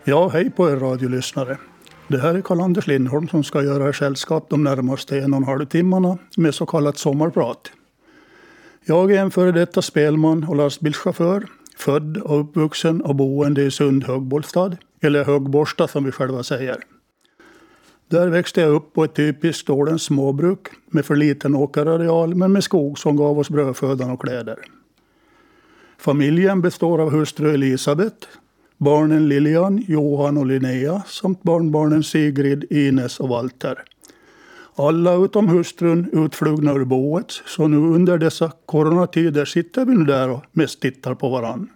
Ja, hej på er radiolyssnare. Det här är Karl-Anders Lindholm som ska göra er sällskap de närmaste 1,5 timmarna med så kallat sommarprat. Jag är en före detta spelman och lastbilschaufför, född och uppvuxen och boende i Sund Högbolstad, eller Högborsta som vi själva säger. Där växte jag upp på ett typiskt Ålens småbruk med för liten åkerareal men med skog som gav oss brödfödan och kläder. Familjen består av hustru Elisabeth, barnen Lilian, Johan och Linnea samt barnbarnen Sigrid, Ines och Walter. Alla utom hustrun utflugna ur boet, så nu under dessa coronatider sitter vi nu där och mest tittar på varann.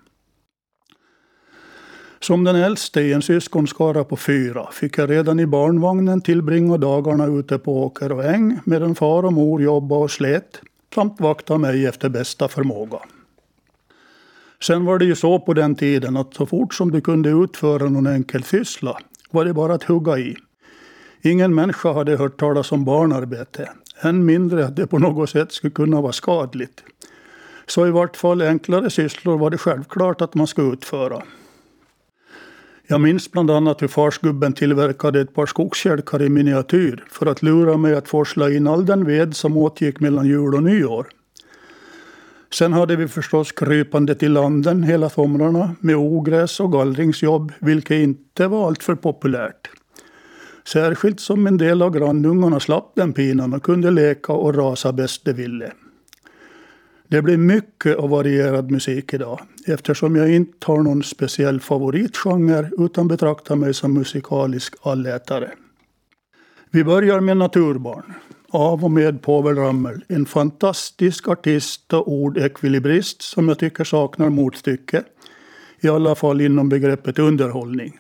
Som den äldste i en syskonskara på 4 fick jag redan i barnvagnen tillbringa dagarna ute på åker och äng medan far och mor jobbade och slet samt vakta mig efter bästa förmåga. Sen var det ju så på den tiden att så fort som du kunde utföra någon enkel syssla var det bara att hugga i. Ingen människa hade hört talas om barnarbete, än mindre att det på något sätt skulle kunna vara skadligt. Så i vart fall enklare sysslor var det självklart att man skulle utföra. Jag minns bland annat hur farsgubben tillverkade ett par skogskälkar i miniatyr för att lura mig att forsla in all den ved som åtgick mellan jul och nyår. Sen hade vi förstås krypande till landen hela somrarna med ogräs och gallringsjobb, vilket inte var allt för populärt. Särskilt som en del av grannungarna slapp den pinan och kunde leka och rasa bäst de ville. Det blir mycket och varierad musik idag, eftersom jag inte har någon speciell favoritgenre utan betraktar mig som musikalisk allätare. Vi börjar med Naturbarn. Av och med Povel Ramel, en fantastisk artist och ordekvilibrist som jag tycker saknar motstycke, i alla fall inom begreppet underhållning.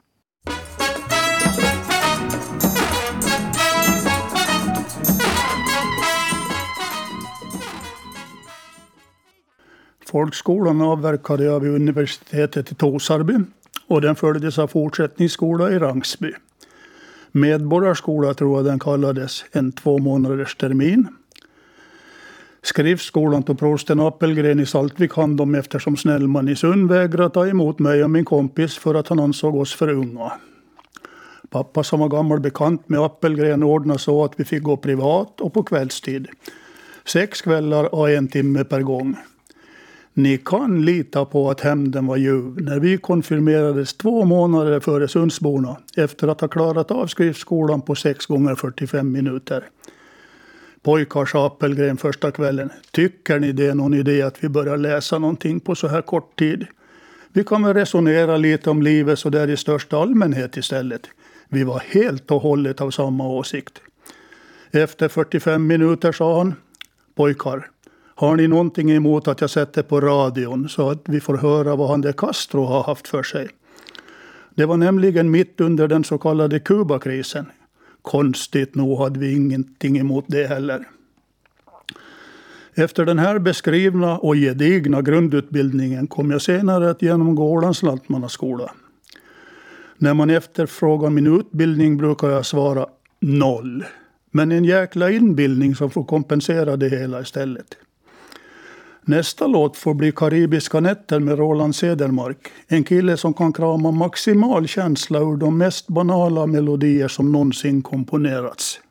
Folkskolan avverkade jag vid universitetet i Tosarby och den följdes av fortsättningsskola i Rangsby. Medborgarskola tror jag den kallades, en 2 månaders termin. Skriftskolan tog prosten Appelgren i Saltvik hand om eftersom Snellman i Sund vägrade ta emot mig och min kompis för att han ansåg oss för unga. Pappa som var gammal bekant med Appelgren ordnade så att vi fick gå privat och på kvällstid. 6 kvällar och 1 timme per gång. Ni kan lita på att hämnden var ljuv när vi konfirmerades 2 månader före Sundsborna efter att ha klarat av skriftskolan på 6 gånger 45 minuter. Pojkar, sa Appelgren första kvällen, tycker ni det är någon idé att vi börjar läsa någonting på så här kort tid? Vi kan väl resonera lite om livet så där i största allmänhet istället. Vi var helt och hållet av samma åsikt. Efter 45 minuter sa han, pojkar, har ni någonting emot att jag sätter på radion så att vi får höra vad han de Castro har haft för sig? Det var nämligen mitt under den så kallade Kubakrisen. Konstigt nog hade vi ingenting emot det heller. Efter den här beskrivna och gedigna grundutbildningen kom jag senare att genomgå Ålands lantmannaskola. När man efterfrågar min utbildning brukar jag svara 0. Men en jäkla inbildning som får kompensera det hela istället. Nästa låt får bli Karibiska nätter med Roland Cedermark. En kille som kan krama maximal känsla ur de mest banala melodier som någonsin komponerats.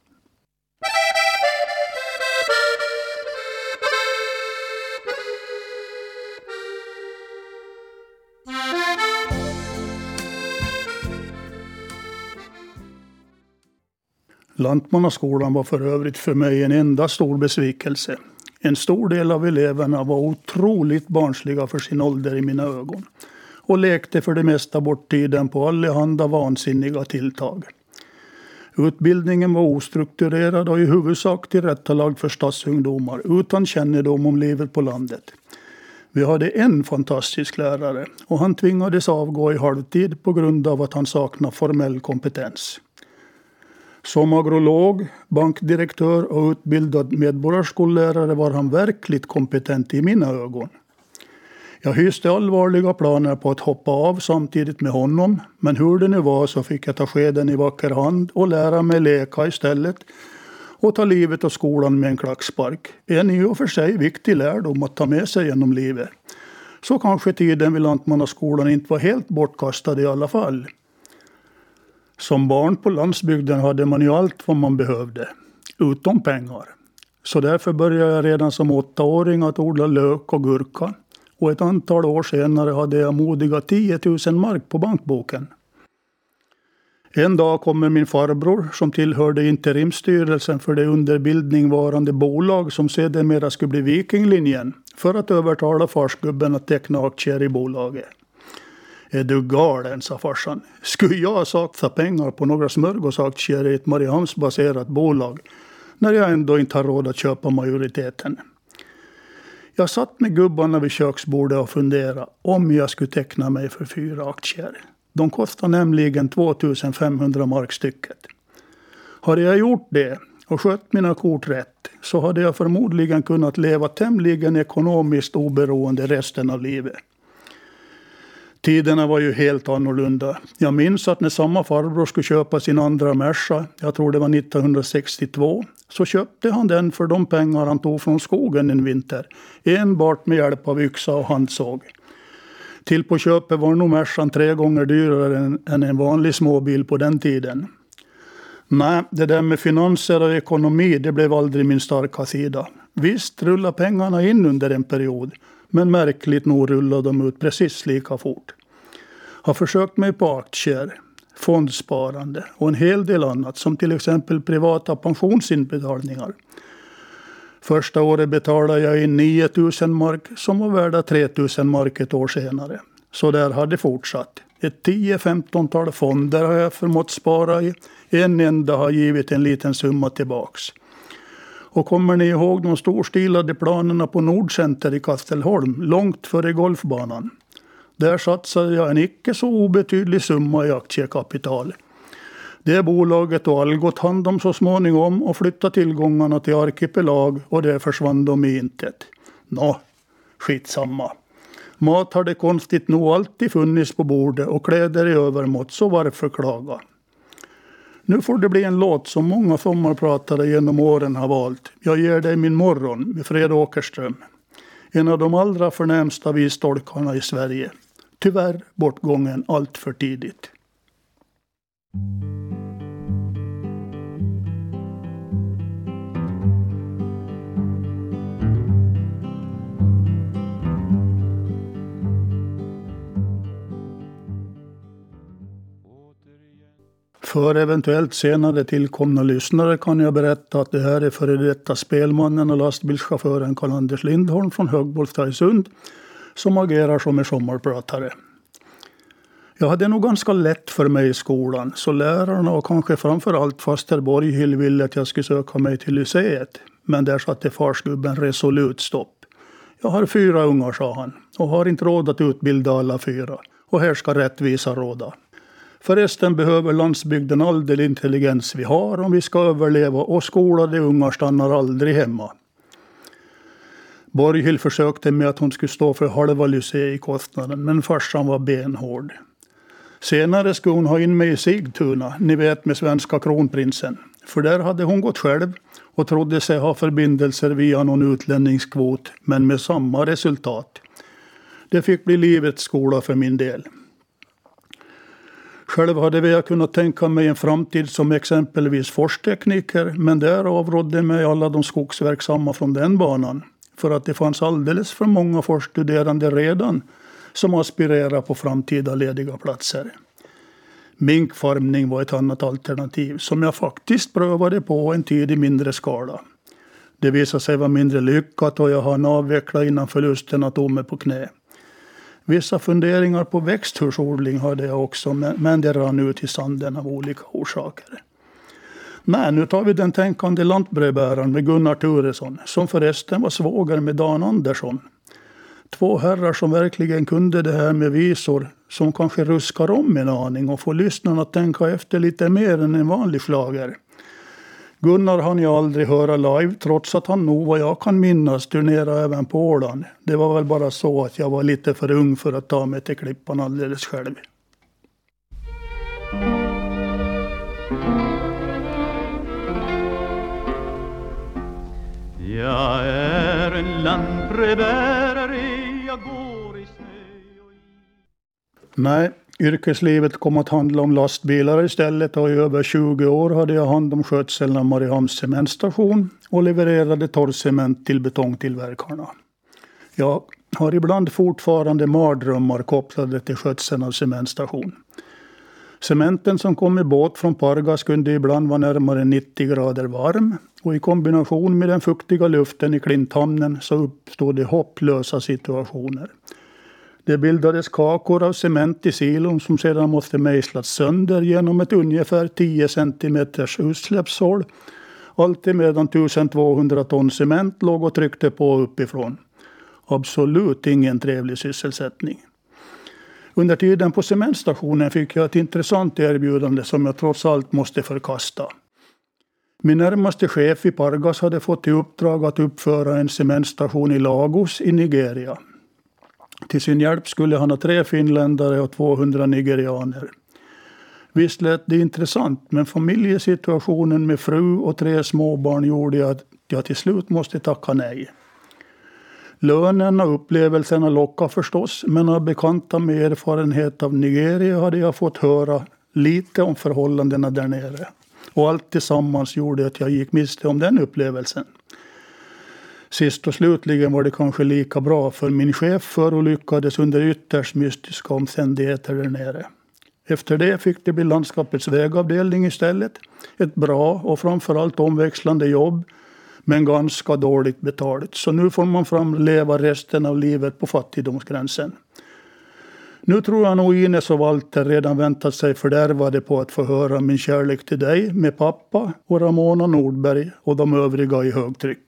Lantmannaskolan var för övrigt för mig en enda stor besvikelse. En stor del av eleverna var otroligt barnsliga för sin ålder i mina ögon och lekte för det mesta bort tiden på allehanda vansinniga tilltag. Utbildningen var ostrukturerad och i huvudsak tillrättalagd för stadsungdomar utan kännedom om livet på landet. Vi hade en fantastisk lärare och han tvingades avgå i halvtid på grund av att han saknade formell kompetens. Som agrolog, bankdirektör och utbildad medborgarskollärare var han verkligt kompetent i mina ögon. Jag hyste allvarliga planer på att hoppa av samtidigt med honom, men hur det nu var så fick jag ta skeden i vacker hand och lära mig leka istället och ta livet och skolan med en klackspark. En i och för sig viktig lärdom att ta med sig genom livet. Så kanske tiden vid lantmannaskolan inte var helt bortkastad i alla fall. Som barn på landsbygden hade man ju allt vad man behövde, utom pengar. Så därför började jag redan som 8-åring att odla lök och gurka. Och ett antal år senare hade jag modiga 10 000 mark på bankboken. En dag kommer min farbror som tillhörde interimstyrelsen för det underbildning varande bolag som sedermera skulle bli Vikinglinjen för att övertala farsgubben att teckna aktier i bolaget. Är du galen, sa farsan. Skulle jag satsa pengar på några smörgåsaktier i ett Mariehamnsbaserat bolag när jag ändå inte har råd att köpa majoriteten? Jag satt med gubbarna vid köksbordet och funderade om jag skulle teckna mig för 4 aktier. De kostar nämligen 2500 mark stycket. Hade jag gjort det och skött mina kort rätt så hade jag förmodligen kunnat leva tämligen ekonomiskt oberoende resten av livet. Tiderna var ju helt annorlunda. Jag minns att när samma farbror skulle köpa sin andra Merca, jag tror det var 1962, så köpte han den för de pengar han tog från skogen en vinter. Enbart med hjälp av yxa och handsåg. Till på köpet var nog Mercan 3 gånger dyrare än en vanlig småbil på den tiden. Nej, det där med finanser och ekonomi, det blev aldrig min starka sida. Visst rullade pengarna in under en period, men märkligt nog rullade de ut precis lika fort. Har försökt mig på aktier, fondsparande och en hel del annat som till exempel privata pensionsinbetalningar. Första året betalade jag in 9 000 mark som var värda 3 000 mark ett år senare. Så där hade fortsatt. Ett 10-15-tal fonder har jag förmått spara i. En enda har givit en liten summa tillbaks. Och kommer ni ihåg de storstilade planerna på Nordcenter i Kastelholm, långt före golfbanan? Där satsade jag en icke så obetydlig summa i aktiekapital. Det bolaget och Algot hand om så småningom och flyttade tillgångarna till Arkipelag och där försvann de i intet. Skitsamma. Mat har det konstigt nog alltid funnits på bordet och kläder i övermått, så varför klaga? Nu får det bli en låt som många sommarpratare genom åren har valt. Jag ger dig min morgon med Fred Åkerström. En av de allra förnämsta visdolkarna i Sverige. Tyvärr bortgången allt för tidigt. För eventuellt senare tillkomna lyssnare kan jag berätta att det här är före detta spelmannen och lastbilschauffören Karl-Anders Lindholm från Högbolstajsund som agerar som en sommarpratare. Jag hade nog ganska lätt för mig i skolan, så lärarna och kanske framförallt faster Borghild ville att jag skulle söka mig till lyceet. Men där satte farsgubben resolut stopp. Jag har 4 ungar, sa han, och har inte råd att utbilda alla 4. Och här ska rättvisa råda. Förresten behöver landsbygden all den intelligens vi har om vi ska överleva, och skolade ungar stannar aldrig hemma. Borghild försökte med att hon skulle stå för halva lycée i kostnaden, men farsan var benhård. Senare skulle hon ha in mig i Sigtuna, ni vet med svenska kronprinsen. För där hade hon gått själv och trodde sig ha förbindelser via någon utlänningskvot, men med samma resultat. Det fick bli livets skola för min del. Själv hade jag kunnat tänka mig en framtid som exempelvis forstekniker, men där avrådde mig alla de skogsverksamma från den banan. För att det fanns alldeles för många forsstuderande redan som aspirerar på framtida lediga platser. Minkfarmning var ett annat alternativ som jag faktiskt prövade på en tid i mindre skala. Det visade sig vara mindre lyckat och jag hann avveckla innan förlusterna tog mig på knä. Vissa funderingar på växthusodling hade jag också, men det rann ut i sanden av olika orsaker. Nej, nu tar vi den tänkande lantbrevbäraren med Gunnar Turesson, som förresten var svåger med Dan Andersson. 2 herrar som verkligen kunde det här med visor, som kanske ruskar om en aning och får lyssnarna att tänka efter lite mer än en vanlig schlager. Gunnar hann jag aldrig höra live, trots att han nog vad jag kan minnas turnerade även på Åland. Det var väl bara så att jag var lite för ung för att ta mig till Klippan alldeles själv. Jag är en lantbrevbärare, jag går i snö och is. Nej, Yrkeslivet kom att handla om lastbilar istället och i över 20 år hade jag hand om skötseln av Mariehamns cementstation och levererade torrcement till betongtillverkarna. Jag har ibland fortfarande mardrömmar kopplade till skötseln av cementstation. Cementen som kom i båt från Pargas kunde ibland vara närmare 90 grader varm och i kombination med den fuktiga luften i Klinthamnen så uppstod det hopplösa situationer. Det bildades kakor av cement i silon som sedan måste mejslas sönder genom ett ungefär 10 cm utsläppshål. Allt emedan 1200 ton cement låg och tryckte på uppifrån. Absolut ingen trevlig sysselsättning. Under tiden på cementstationen fick jag ett intressant erbjudande som jag trots allt måste förkasta. Min närmaste chef i Pargas hade fått i uppdrag att uppföra en cementstation i Lagos i Nigeria. Till sin hjälp skulle han ha 3 finländare och 200 nigerianer. Visst lät det intressant, men familjesituationen med fru och 3 småbarn gjorde att jag till slut måste tacka nej. Lönen och upplevelserna lockade förstås, men av bekanta med erfarenhet av Nigeria hade jag fått höra lite om förhållandena där nere. Och allt tillsammans gjorde att jag gick miste om den upplevelsen. Sist och slutligen var det kanske lika bra för min chef förolyckades under ytterst mystiska omständigheter där nere. Efter det fick det bli landskapets vägavdelning istället. Ett bra och framförallt omväxlande jobb, men ganska dåligt betalt. Så nu får man leva resten av livet på fattigdomsgränsen. Nu tror jag nog Ines och Walter redan väntat sig fördärvade på att få höra min kärlek till dig med pappa och Ramona Nordberg och de övriga i högtryck.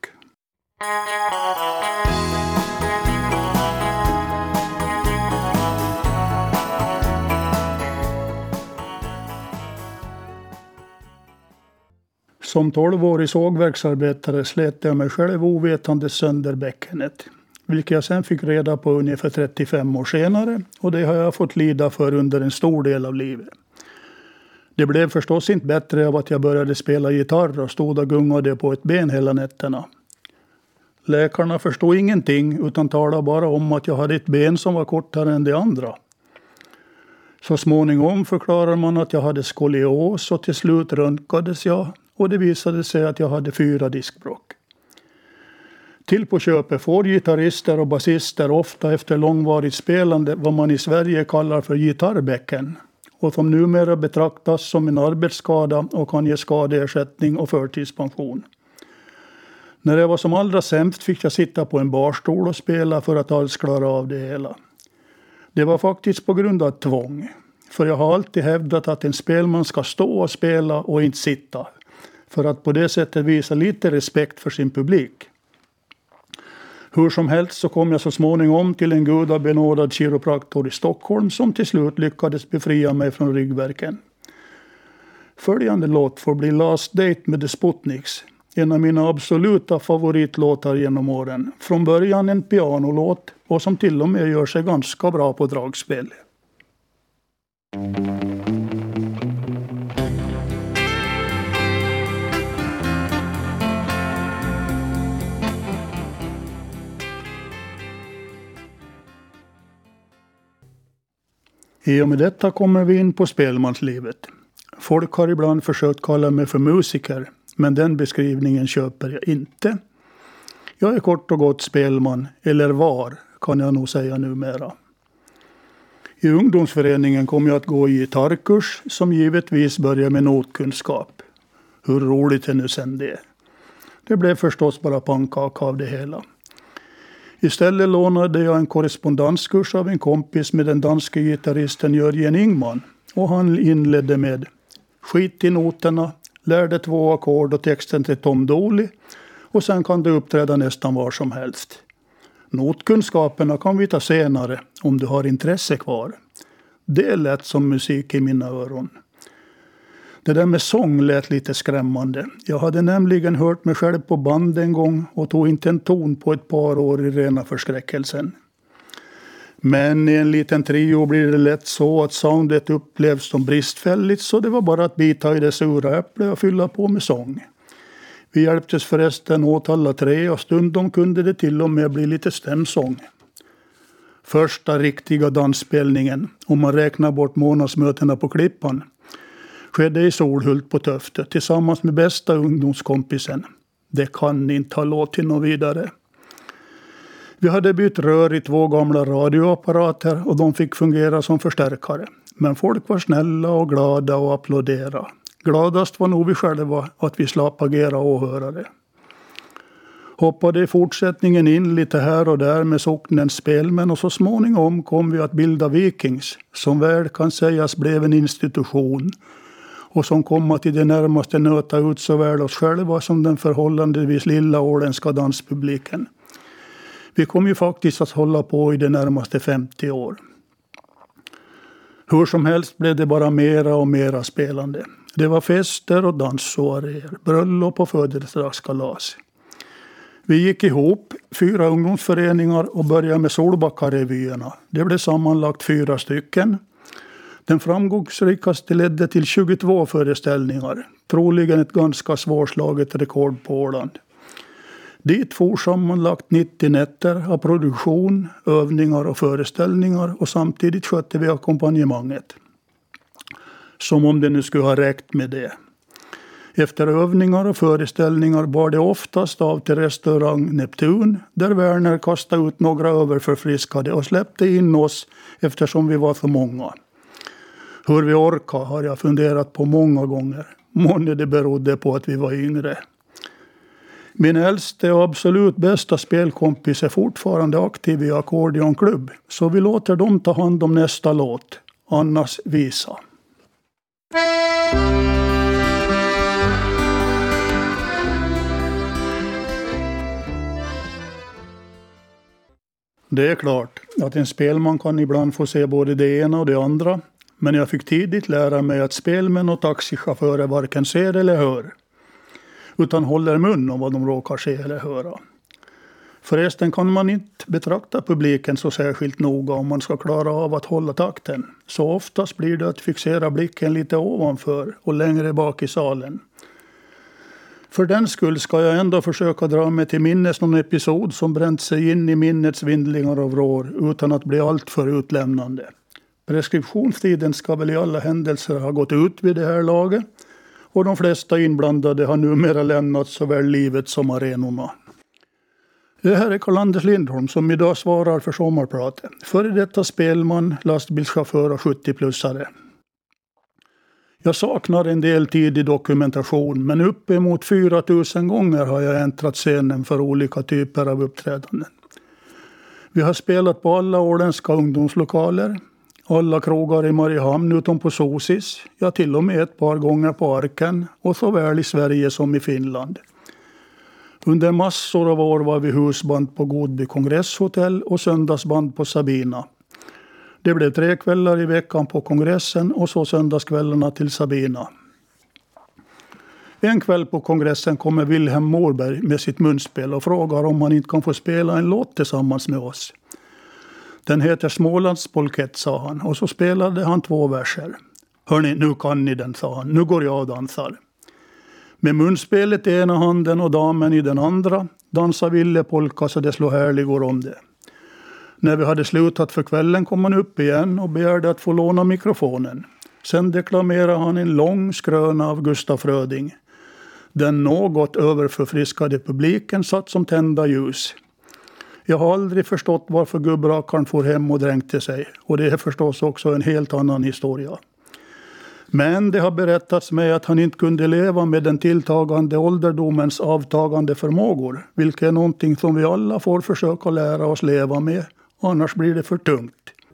Som 12-årig sågverksarbetare slet jag mig själv ovetande sönder bäckenet, vilket jag sen fick reda på ungefär 35 år senare, och det har jag fått lida för under en stor del av livet. Det blev förstås inte bättre av att jag började spela gitarr och stod och gungade på ett ben hela nätterna. Läkarna förstod ingenting utan talade bara om att jag hade ett ben som var kortare än det andra. Så småningom förklarar man att jag hade skolios och till slut röntgades jag och det visade sig att jag hade 4 diskbråck. Till på köpet får gitarrister och basister ofta efter långvarigt spelande vad man i Sverige kallar för gitarrbäcken och som numera betraktas som en arbetsskada och kan ge skadeersättning och förtidspension. När jag var som allra sämst fick jag sitta på en barstol och spela för att alls klara av det hela. Det var faktiskt på grund av tvång. För jag har alltid hävdat att en spelman ska stå och spela och inte sitta. För att på det sättet visa lite respekt för sin publik. Hur som helst så kom jag så småningom till en gudabenådad kiropraktor i Stockholm som till slut lyckades befria mig från ryggvärken. Följande låt får bli Last Date med The Sputniks. En av mina absoluta favoritlåtar genom åren. Från början en pianolåt och som till och med gör sig ganska bra på dragspel. I och med detta kommer vi in på spelmanslivet. Folk har ibland försökt kalla mig för musiker, men den beskrivningen köper jag inte. Jag är kort och gott spelman, eller var, kan jag nog säga numera. I ungdomsföreningen kom jag att gå i gitarrkurs som givetvis börjar med notkunskap. Hur roligt är nu sen det? Det blev förstås bara pannkaka av det hela. Istället lånade jag en korrespondenskurs av en kompis med den danske gitarristen Jörgen Ingman. Och han inledde med skit i noterna, lärde 2 ackord och texten till Tom Dooley. Och sen kan det uppträda nästan var som helst. Notkunskaperna kan vi ta senare om du har intresse kvar. Det lät som musik i mina öron. Det där med sång lät lite skrämmande. Jag hade nämligen hört mig själv på band en gång och tog inte en ton på ett par år i rena förskräckelsen. Men i en liten trio blir det lätt så att soundet upplevs som bristfälligt, så det var bara att bita i det sura äpple och fylla på med sång. Vi hjälptes förresten åt alla 3 och stundom kunde det till och med bli lite stämsång. Första riktiga dansspelningen, om man räknar bort månadsmötena på Klippan, skedde i Solhult på Töfte tillsammans med bästa ungdomskompisen. Det kan inte ha låtit något vidare. Vi hade bytt rör i 2 gamla radioapparater och de fick fungera som förstärkare. Men folk var snälla och glada och applådera. Gladast var nog vi själva att vi slapp agera åhörare. Hoppade i fortsättningen in lite här och där med socknens spelmän och så småningom kom vi att bilda Vikings, som väl kan sägas blev en institution och som kom att i det närmaste nöta ut såväl oss själva som den förhållandevis lilla åländska danspubliken. Vi kom ju faktiskt att hålla på i det närmaste 50 år. Hur som helst blev det bara mera och mera spelande. Det var fester och danssoaréer, bröllop och födelsedagskalas. Vi gick ihop 4 ungdomsföreningar och började med Solbacka-revyerna. Det blev sammanlagt 4 stycken. Den framgångsrikaste ledde till 22 föreställningar. Troligen ett ganska svårslaget rekord på Åland. Dit for sammanlagt 90 nätter av produktion, övningar och föreställningar och samtidigt skötte vi ackompanjemanget. Som om det nu skulle ha räckt med det. Efter övningar och föreställningar bar det oftast av till restaurang Neptun där Werner kastade ut några överförfriskade och släppte in oss eftersom vi var så många. Hur vi orkade har jag funderat på många gånger. Månne det berodde på att vi var yngre. Min äldste och absolut bästa spelkompis är fortfarande aktiv i Ackordionklubb, så vi låter dem ta hand om nästa låt, Annas visa. Det är klart att en spelman kan ibland få se både det ena och det andra, men jag fick tidigt lära mig att spelmän och taxichaufförer varken ser eller hör, utan håller mun om vad de råkar se eller höra. Förresten kan man inte betrakta publiken så särskilt noga om man ska klara av att hålla takten. Så oftast blir det att fixera blicken lite ovanför och längre bak i salen. För den skull ska jag ändå försöka dra mig till minnes någon episod som bränt sig in i minnets vindlingar av rår utan att bli allt för utlämnande. Preskriptionstiden ska väl i alla händelser ha gått ut vid det här laget och de flesta inblandade har numera lämnat såväl livet som arenorna. Det här är Karl-Anders Lindholm som idag svarar för sommarpratet. Före detta spelman, lastbilschaufför och 70-plussare. Jag saknar en del tid i dokumentation, men uppemot 4000 gånger har jag äntrat scenen för olika typer av uppträdanden. Vi har spelat på alla åländska ungdomslokaler, alla krogar i Mariehamn utom på Sosis, ja till och med ett par gånger på Arken och såväl i Sverige som i Finland. Under massor av år var vi husband på Godby kongresshotell och söndagsband på Sabina. Det blev 3 kvällar i veckan på kongressen och så söndagskvällarna till Sabina. En kväll på kongressen kommer Wilhelm Morberg med sitt munspel och frågar om han inte kan få spela en låt tillsammans med oss. Den heter Smålands polkett, sa han, och så spelade han 2 verser. Hörni, nu kan ni den, sa han, nu går jag och dansar. Med munspelet i ena handen och damen i den andra dansade Ville polka så det slog härligor om det. När vi hade slutat för kvällen kom han upp igen och begärde att få låna mikrofonen. Sen deklamerade han en lång skröna av Gustaf Fröding. Den något överförfriskade publiken satt som tända ljus. Jag har aldrig förstått varför gubbrakaren får hem och dränkte sig. Och det är förstås också en helt annan historia. Men det har berättats mig att han inte kunde leva med den tilltagande ålderdomens avtagande förmågor. Vilket är någonting som vi alla får försöka lära oss leva med. Annars blir det för tungt.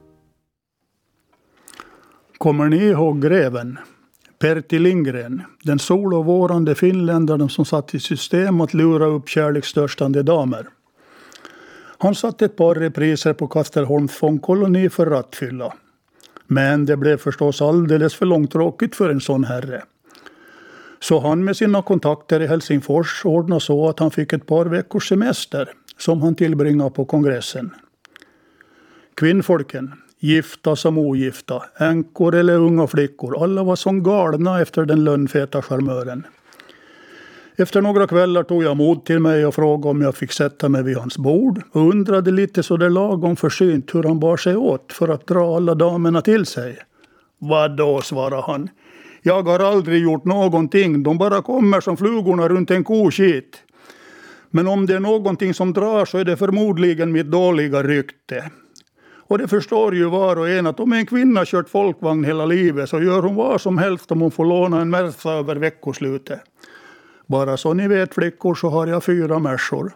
Kommer ni ihåg greven? Pertti Lindgren, den sol- och vårande finländaren som satt i system att lura upp kärleksstörstande damer. Han satte ett par repriser på Kastelholms fångkoloni för rattfylla. Men det blev förstås alldeles för långtråkigt för en sån herre. Så han med sina kontakter i Helsingfors ordnade så att han fick ett par veckors semester som han tillbringade på kongressen. Kvinnfolken, gifta som ogifta, änkor eller unga flickor, alla var som galna efter den lönnfeta charmören. Efter några kvällar tog jag mod till mig och frågade om jag fick sätta mig vid hans bord och undrade lite så där lagom försynt hur han bar sig åt för att dra alla damerna till sig. Vadå, svarade han. Jag har aldrig gjort någonting, de bara kommer som flugorna runt en koskit. Men om det är någonting som drar så är det förmodligen mitt dåliga rykte. Och det förstår ju var och en att om en kvinna kört folkvagn hela livet så gör hon vad som helst om hon får låna en Merca över veckoslutet. Bara så ni vet flickor så har jag 4 Mercor.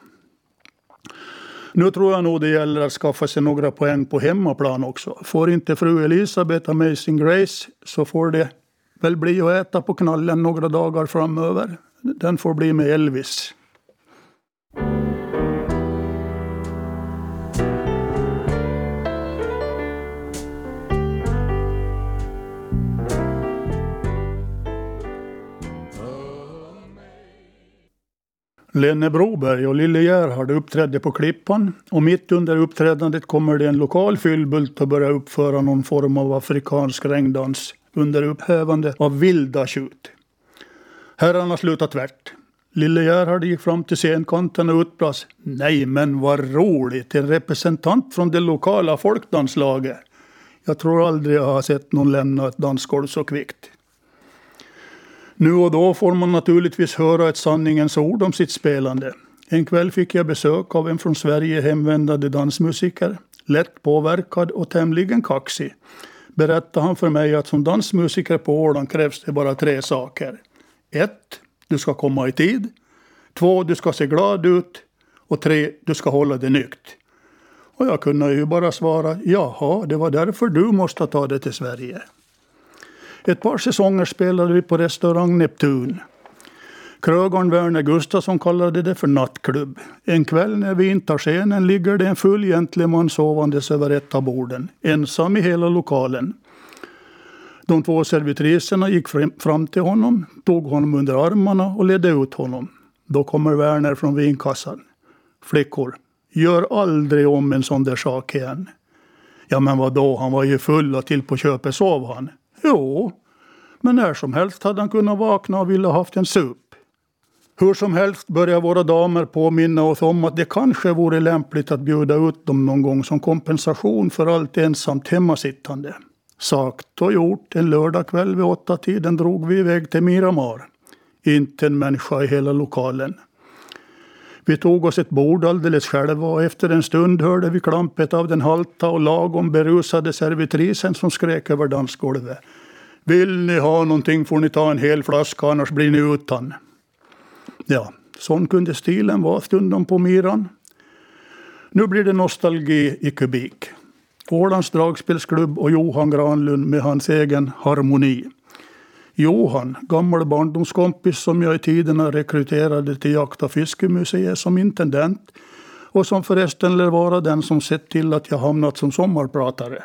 Nu tror jag nog det gäller att skaffa sig några poäng på hemmaplan också. Får inte fru Elisabeth Amazing Grace så får det väl bli att äta på knallen några dagar framöver. Den får bli med Elvis. Lenne Broberg och Lille Gerhard uppträdde på Klippan och mitt under uppträdandet kommer det en lokal fyllbult att börja uppföra någon form av afrikansk regndans under upphävande av vilda tjut. Herrarna slutade tvärt. Lille Gerhard gick fram till scenkanten och utbrast: nej men vad roligt, en representant från det lokala folkdanslaget. Jag tror aldrig jag har sett någon lämna ett dansgolv så kvickt. Nu och då får man naturligtvis höra ett sanningens ord om sitt spelande. En kväll fick jag besök av en från Sverige hemvändande dansmusiker. Lätt påverkad och tämligen kaxig. Berättade han för mig att som dansmusiker på Åland krävs det bara 3 saker. 1. Du ska komma i tid. 2. Du ska se glad ut. Och 3. Du ska hålla dig nykt. Och jag kunde ju bara svara: jaha, det var därför du måste ta det till Sverige. Ett par säsonger spelade vi på restaurang Neptun. Krögaren Werner Gustafsson kallade det för nattklubb. En kväll när vi intar scenen ligger det en full gentleman sovandes över ett av borden. Ensam i hela lokalen. De 2 servitriserna gick fram till honom, tog honom under armarna och ledde ut honom. Då kommer Werner från vinkassan. Flickor, gör aldrig om en sån där sak igen. Ja men vadå, han var ju full och till på köpet sov han. Jo, men när som helst hade han kunnat vakna och ville ha haft en sup. Hur som helst börjar våra damer påminna oss om att det kanske vore lämpligt att bjuda ut dem någon gång som kompensation för allt ensamt hemmasittande. Sagt och gjort, en lördagkväll vid 8-tiden drog vi iväg till Miramar. Inte en människa i hela lokalen. Vi tog oss ett bord alldeles själva och efter en stund hörde vi klampet av den halta och lagom berusade servitrisen som skrek över dansgolvet. Vill ni ha någonting får ni ta en hel flaska, annars blir ni utan. Ja, sån kunde stilen vara stundom på Miran. Nu blir det nostalgi i kubik. Ålands dragspelsklubb och Johan Granlund med hans egen harmoni. Johan, gammal barndomskompis som jag i tiderna rekryterade till Jakt- och fiskemuseet som intendent och som förresten lär vara den som sett till att jag hamnat som sommarpratare.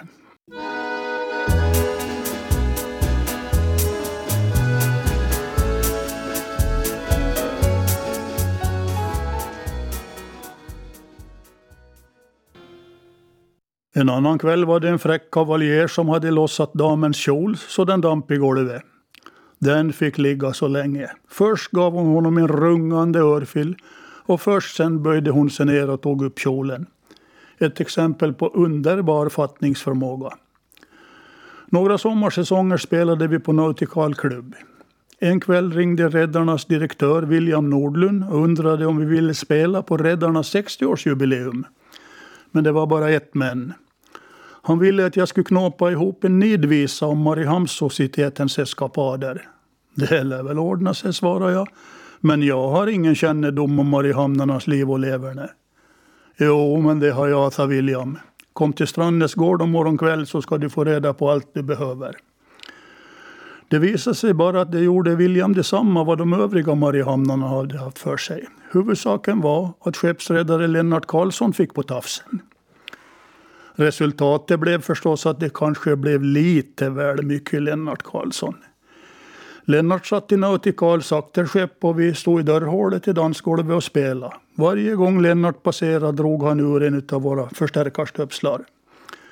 En annan kväll var det en fräck kavaljer som hade lossat damens kjol så den damp i golvet. Den fick ligga så länge. Först gav hon honom en rungande örfil och först sen böjde hon sig ner och tog upp kjolen. Ett exempel på underbar fattningsförmåga. Några sommarsäsonger spelade vi på Nautical Club. En kväll ringde Räddarnas direktör William Nordlund och undrade om vi ville spela på Räddarnas 60-årsjubileum. Men det var bara ett men. Han ville att jag skulle knåpa ihop en nidvisa om Mariehamnssocietetens eskapader. Det lär väl ordna sig, svarade jag. Men jag har ingen kännedom om Mariehamnarnas liv och leverne. Jo, men det har jag, sa William. Kom till Strandnäs gård om morgonkväll så ska du få reda på allt du behöver. Det visade sig bara att det gjorde William detsamma vad de övriga Mariehamnarna hade haft för sig. Huvudsaken var att skeppsräddare Lennart Karlsson fick på tafsen. Resultatet blev förstås att det kanske blev lite väl mycket Lennart Karlsson. Lennart satt i Nauticals akterskepp och vi stod i dörrhålet i dansgolvet och spelade. Varje gång Lennart passerade drog han ur en av våra förstärkarstöpslar.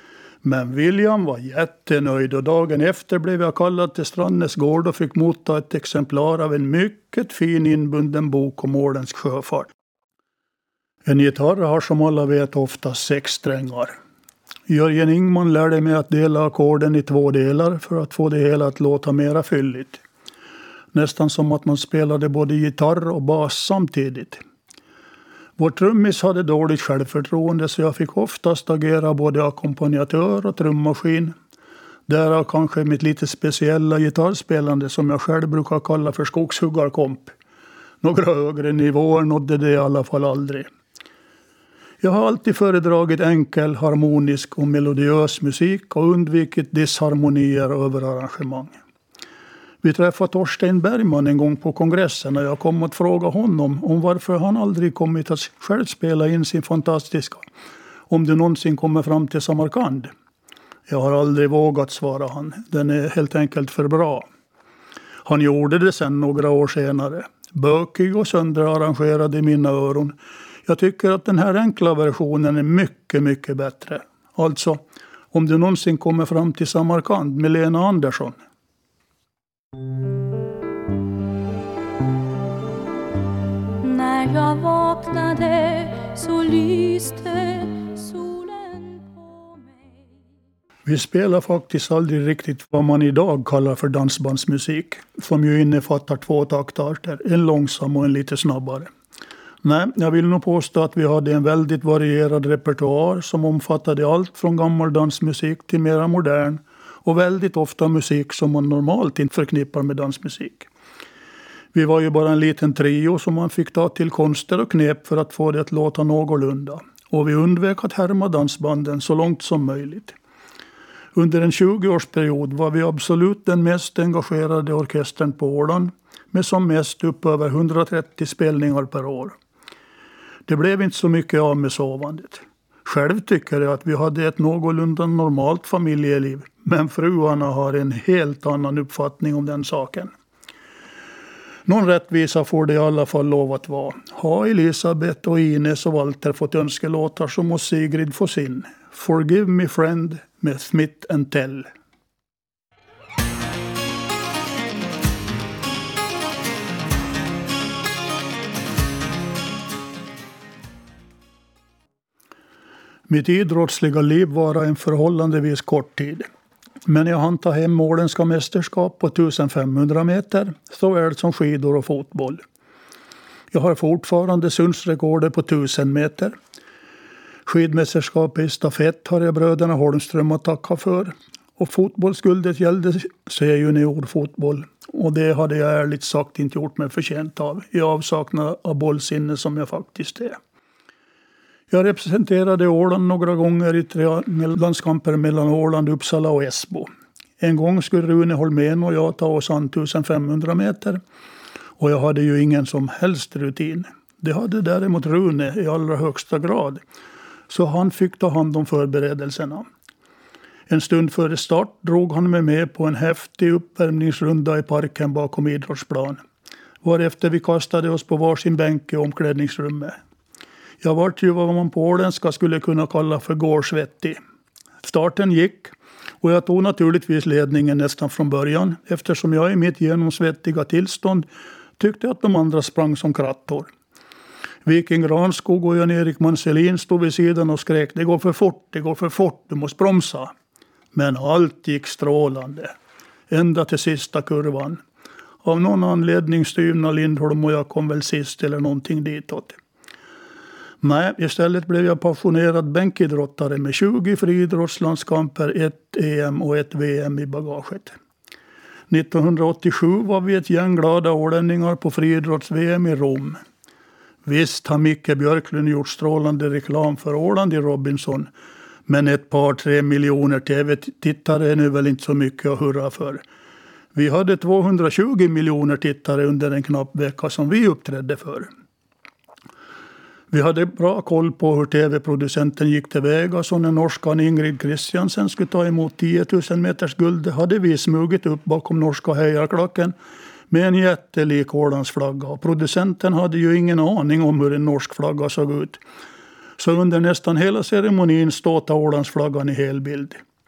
Men William var jättenöjd och dagen efter blev jag kallad till Strandnäs gård och fick motta ett exemplar av en mycket fin inbunden bok om åländsk sjöfart. En gitarr har som alla vet ofta 6 strängar. Jörgen Ingman lärde mig att dela ackorden i 2 delar för att få det hela att låta mera fylligt. Nästan som att man spelade både gitarr och bas samtidigt. Vår trummis hade dåligt självförtroende så jag fick oftast agera både ackompanjatör och trummaskin. Därav kanske mitt lite speciella gitarrspelande som jag själv brukar kalla för skogshuggarkomp. Några högre nivåer nådde det i alla fall aldrig. Jag har alltid föredragit enkel, harmonisk och melodiös musik och undvikit disharmonier och överarrangemang. Vi träffade Torsten Bergman en gång på kongressen och jag kom att fråga honom om varför han aldrig kommit att själv spela in sin fantastiska "Om du någonsin kommer fram till Samarkand". Jag har aldrig vågat, svara han. Den är helt enkelt för bra. Han gjorde det sen några år senare. Bökig och sönderarrangerad i mina öron. Jag tycker att den här enkla versionen är mycket, mycket bättre. Alltså, "Om du någonsin kommer fram till Samarkand" med Lena Andersson. När jag vaknade så lyste solen på mig. Vi spelar faktiskt aldrig riktigt vad man idag kallar för dansbandsmusik, som ju innefattar 2 taktarter, en långsam och en lite snabbare. Nej, jag vill nog påstå att vi hade en väldigt varierad repertoar som omfattade allt från gammal dansmusik till mera modern och väldigt ofta musik som man normalt inte förknippar med dansmusik. Vi var ju bara en liten trio som man fick ta till konster och knep för att få det att låta någorlunda. Och vi undvek att härma dansbanden så långt som möjligt. Under en 20-årsperiod var vi absolut den mest engagerade orkestern på Åland, med som mest upp över 130 spelningar per år. Det blev inte så mycket av med sovandet. Själv tycker jag att vi hade ett någorlunda normalt familjeliv, men fruarna har en helt annan uppfattning om den saken. Någon rättvisa får det i alla fall lov att vara. Har Elisabeth och Ines och Walter fått önskelåtar så måste Sigrid få sin. Forgive me friend med Smith & Tell. Mitt idrottsliga liv var en förhållandevis kort tid. Men jag hann ta hem åländska mästerskap på 1500 meter, såväl som skidor och fotboll. Jag har fortfarande sundsrekorder på 1000 meter. Skidmästerskapet i stafett har jag bröderna Holmström att tacka för. Och fotbollsguldet gällde C-juniorfotboll. Och det hade jag ärligt sagt inte gjort mig förtjänt av, i avsaknad av bollsinne som jag faktiskt är. Jag representerade Åland några gånger i triangellandskamper mellan Åland, Uppsala och Esbo. En gång skulle Rune Holmén och jag ta oss an 1500 meter. Och jag hade ju ingen som helst rutin. Det hade däremot Rune i allra högsta grad. Så han fick ta hand om förberedelserna. En stund före start drog han mig med på en häftig uppvärmningsrunda i parken bakom idrottsplan. Varefter vi kastade oss på varsin bänk i omklädningsrummet. Jag var ju vad man på åländska skulle kunna kalla för gårdsvettig. Starten gick och jag tog naturligtvis ledningen nästan från början eftersom jag i mitt genomsvettiga tillstånd tyckte att de andra sprang som krattor. Viking Ranskog och Jan-Erik Manselin stod vid sidan och skrek det går för fort, du måste bromsa. Men allt gick strålande, ända till sista kurvan. Av någon anledning styvna Lindholm och jag kom väl sist eller någonting ditåt. Nej, istället blev jag passionerad bänkidrottare med 20 friidrottslandskamper, 1 EM och 1 VM i bagaget. 1987 var vi ett gäng glada ålänningar på friidrotts-VM i Rom. Visst har Micke Björklund gjort strålande reklam för Åland i Robinson, men ett par 3 miljoner tv-tittare är nu väl inte så mycket att hurra för. Vi hade 220 miljoner tittare under en knapp vecka som vi uppträdde för. Vi hade bra koll på hur tv-producenten gick tillväga, så när norskan Ingrid Christiansen skulle ta emot 10 000 meters guld hade vi smugit upp bakom norska hejarklacken med en jättelik Ålandsflagga. Och producenten hade ju ingen aning om hur en norsk flagga såg ut. Så under nästan hela ceremonin ståta Ålandsflaggan i helbild.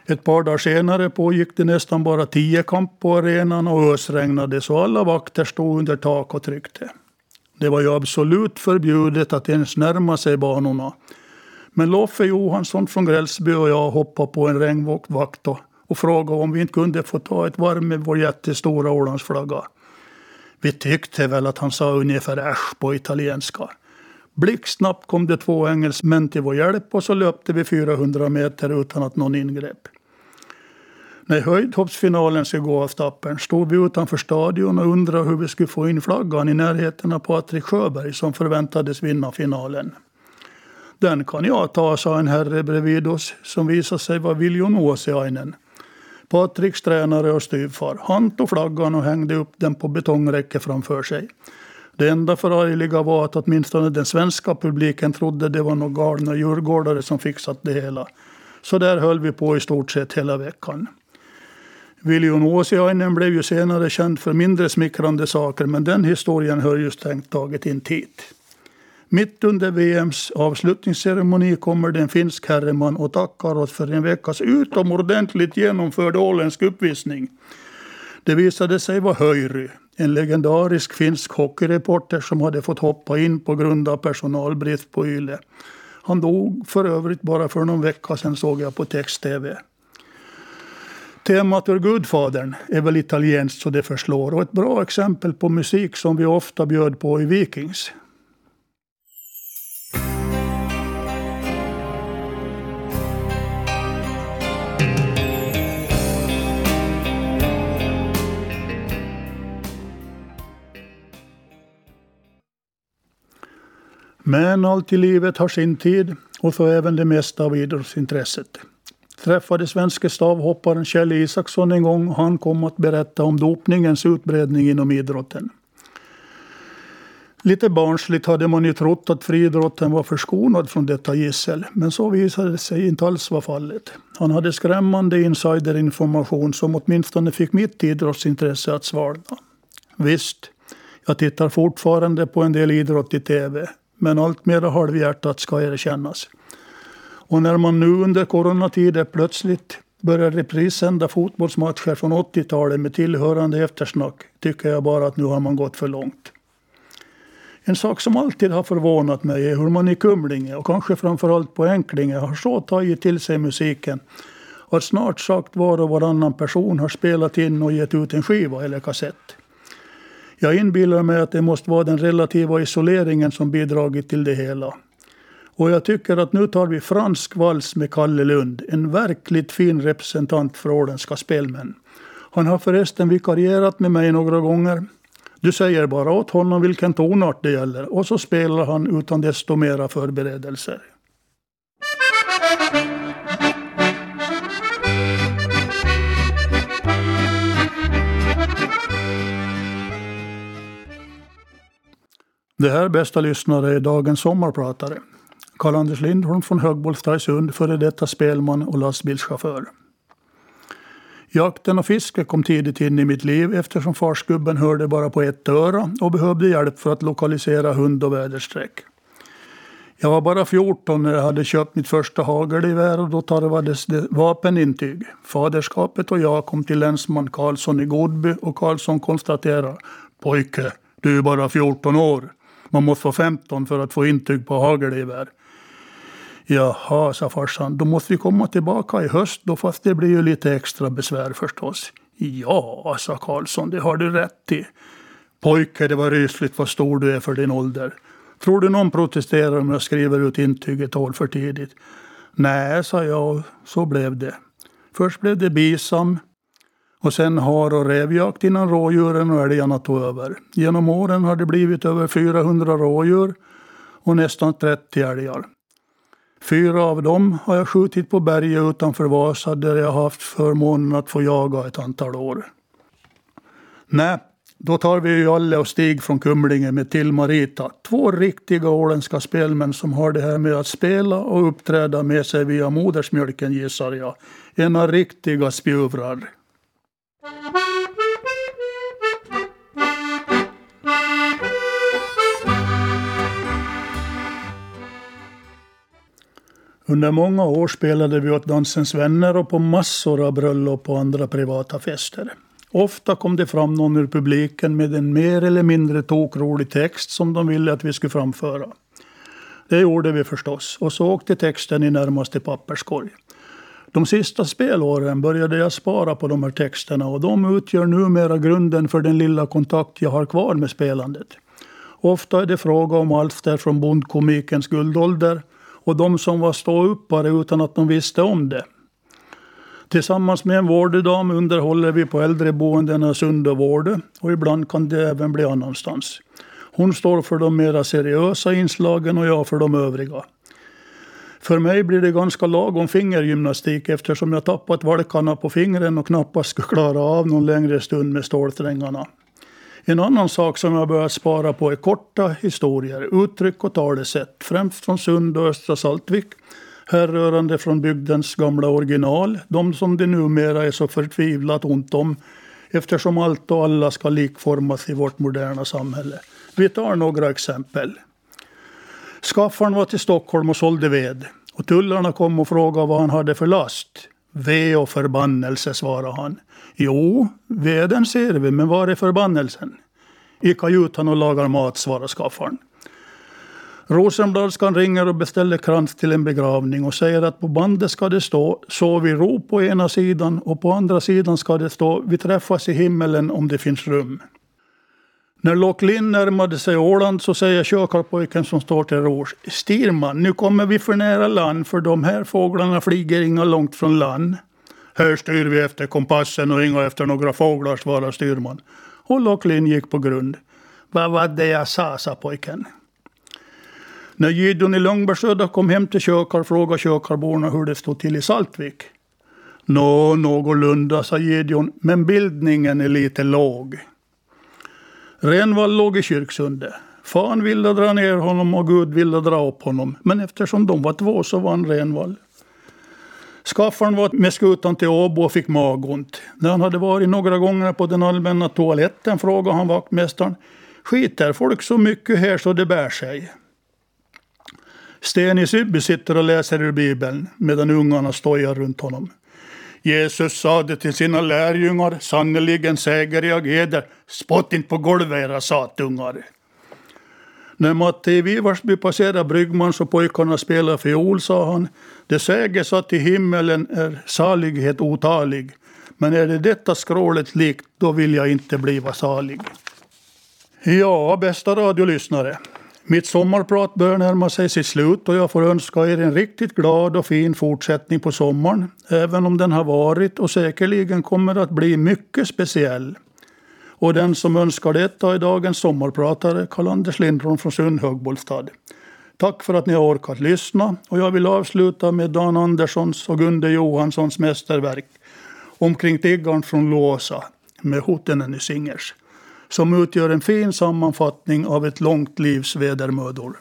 Ett par dagar senare pågick det nästan bara 10 kamp på arenan och ösregnade så alla vakter stod under tak och tryckte. Det var ju absolut förbjudet att ens närma sig banorna. Men Loffe Johansson från Grällsby och jag hoppade på en regnvakt och frågade om vi inte kunde få ta ett varv med vår jättestora Ålandsflagga. Vi tyckte väl att han sa ungefär äsch på italienska. Blixtsnabbt kom det 2 engelsmän till vår hjälp och så löpte vi 400 meter utan att någon ingrepp. När höjdhoppsfinalen skulle gå av stapeln stod vi utanför stadion och undrade hur vi skulle få in flaggan i närheten av Patrik Sjöberg som förväntades vinna finalen. Den kan jag ta, sa en herre bredvid oss som visade sig vara Viljon Åsiainen. Patriks tränare och styvfar. Han tog flaggan och hängde upp den på betongräcke framför sig. Det enda förargliga var att åtminstone den svenska publiken trodde det var några galna djurgårdare som fixat det hela. Så där höll vi på i stort sett hela veckan. Viljon Åsiainen blev ju senare känd för mindre smickrande saker, men den historien hör ju strängt taget in hit. Mitt under VMs avslutningsceremoni kommer det en finsk herreman och tackar oss för en veckas utomordentligt genomförd åländsk uppvisning. Det visade sig vara Höjry, en legendarisk finsk hockeyreporter som hade fått hoppa in på grund av personalbrist på Yle. Han dog för övrigt bara för någon vecka sedan, såg jag på text-tv. Temat ur Gudfadern är väl italienskt så det förslår och ett bra exempel på musik som vi ofta bjöd på i Vikings. Men allt i livet har sin tid och så även det mesta av idrottsintresset. Träffade svenska stavhopparen Kjell Isaksson en gång och han kom att berätta om dopningens utbredning inom idrotten. Lite barnsligt hade man ju trott att friidrotten var förskonad från detta gissel, men så visade det sig inte alls vara fallet. Han hade skrämmande insiderinformation som åtminstone fick mitt idrottsintresse att svalna. Visst, jag tittar fortfarande på en del idrott i tv, men allt mer halvhjärtat ska erkännas. Och när man nu under coronatider plötsligt börjar reprissända fotbollsmatcher från 80-talet med tillhörande eftersnack tycker jag bara att nu har man gått för långt. En sak som alltid har förvånat mig är hur man i Kumlinge och kanske framförallt på Enklinge har så tagit till sig musiken att snart sagt var och varannan person har spelat in och gett ut en skiva eller kassett. Jag inbillar mig att det måste vara den relativa isoleringen som bidragit till det hela. Och jag tycker att nu tar vi fransk vals med Kalle Lund, en verkligt fin representant för åländska spelmän. Han har förresten vikarierat med mig några gånger. Du säger bara åt honom vilken tonart det gäller och så spelar han utan desto mera förberedelser. Det här bästa lyssnare är dagens sommarpratare. Karl-Anders Lindholm från Högbollstagsund, före detta spelman och lastbilschaufför. Jakten och fiske kom tidigt in i mitt liv eftersom farsgubben hörde bara på ett öra och behövde hjälp för att lokalisera hund och väderstreck. Jag var bara 14 när jag hade köpt mitt första hagelgevär och då tarvades det vapenintyg. Faderskapet och jag kom till länsman Karlsson i Godby och Karlsson konstaterar: "Pojke, du är bara 14 år. Man måste vara 15 för att få intyg på hagelgevär." "Jaha", sa farsan, "då måste vi komma tillbaka i höst då, fast det blir ju lite extra besvär förstås." "Ja", sa Karlsson, "det har du rätt i." "Pojke, det var rysligt vad stor du är för din ålder. Tror du någon protesterar om jag skriver ut intyget ett år för tidigt?" "Nej", sa jag, och så blev det. Först blev det bisam och sen har- och revjakt innan rådjuren och älgarna tog över. Genom åren har det blivit över 400 rådjur och nästan 30 älgar. 4 av dem har jag skjutit på berget utanför Vasa där jag haft förmånen att få jaga ett antal år. Nej, då tar vi ju Jalle och Stig från Kumlinge med till Marita. 2 riktiga åländska spelmän som har det här med att spela och uppträda med sig via modersmjölken, gissar jag. Ena riktiga spjuvrar. Under många år spelade vi åt dansens vänner och på massor av bröllop och andra privata fester. Ofta kom det fram någon ur publiken med en mer eller mindre tokrolig text som de ville att vi skulle framföra. Det gjorde vi förstås och så åkte texten i närmaste papperskorg. De sista spelåren började jag spara på de här texterna och de utgör numera grunden för den lilla kontakt jag har kvar med spelandet. Ofta är det fråga om alster från bondkomikens guldålder och de som var ståuppare utan att de visste om det. Tillsammans med en vårdedam underhåller vi på äldreboendena Sund och Vårde och ibland kan det även bli annanstans. Hon står för de mera seriösa inslagen och jag för de övriga. För mig blir det ganska lagom fingergymnastik eftersom jag tappat valkarna på fingren och knappast skulle klara av någon längre stund med stålsträngarna. En annan sak som jag börjat spara på är korta historier, uttryck och talesätt, främst från Sund och Östra Saltvik, härrörande från bygdens gamla original, de som det numera är så förtvivlat ont om, eftersom allt och alla ska likformas i vårt moderna samhälle. Vi tar några exempel. Skaffaren var till Stockholm och sålde ved, och tullarna kom och frågade vad han hade för last. Ve och förbannelse, svarade han. Jo, veden ser vi, men var är förbannelsen? I kajutan och lagar mat, svarade skaffaren. Rosenbladskan ringer och beställer krans till en begravning och säger att på bandet ska det stå så vi ro på ena sidan och på andra sidan ska det stå vi träffas i himmelen om det finns rum. När Loch Linn närmade sig Åland så säger kökarpojken som står till rors: Styrman, nu kommer vi för nära land för de här fåglarna flyger inga långt från land. Här styr vi efter kompassen och inga efter några fåglar, svarar styrman. Och Loch Linn gick på grund. Vad var det jag sa pojken. När Gideon i Långbergsöda kom hem till kökar frågade kökarborna hur det stod till i Saltvik. Någorlunda, sa Gideon, men bildningen är lite låg. Renvall låg i Kyrksunde. Fan ville dra ner honom och Gud ville dra upp honom. Men eftersom de var två så vann Renvall. Skaffaren var med skutan till Åbo och fick magont. När han hade varit några gånger på den allmänna toaletten frågade han vaktmästaren: skiter folk så mycket här så det bär sig? Sten i Sybby sitter och läser ur Bibeln medan ungarna stojar runt honom. Jesus sade till sina lärjungar, sannoliken säger jag eder, spott inte på golvet era satungar. När Matte i Vivarsby passerade Bryggmans och pojkarna spelar fiol sa han, det säges att i himmelen är salighet otalig, men är det detta skrålet likt, då vill jag inte bliva salig. Ja, bästa radiolyssnare. Mitt sommarprat bör närma sig sitt slut och jag får önska er en riktigt glad och fin fortsättning på sommaren, även om den har varit och säkerligen kommer att bli mycket speciell. Och den som önskar detta är dagens sommarpratare Karl-Anders Lindron från Sundhögbolstad. Tack för att ni har orkat lyssna och jag vill avsluta med Dan Anderssons och Gunde Johanssons mästerverk Omkring tiggarn från Låsa med Hotenen i Singers, som utgör en fin sammanfattning av ett långt livs vedermödor.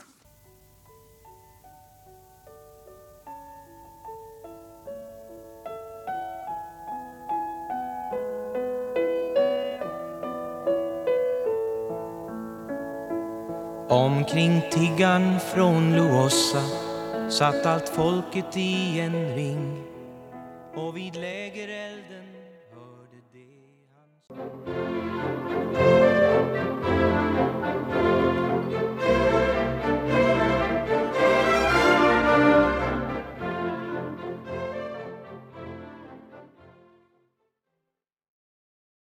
Omkring tiggarn från Låsa satt allt folket i en ring och vid lägerelden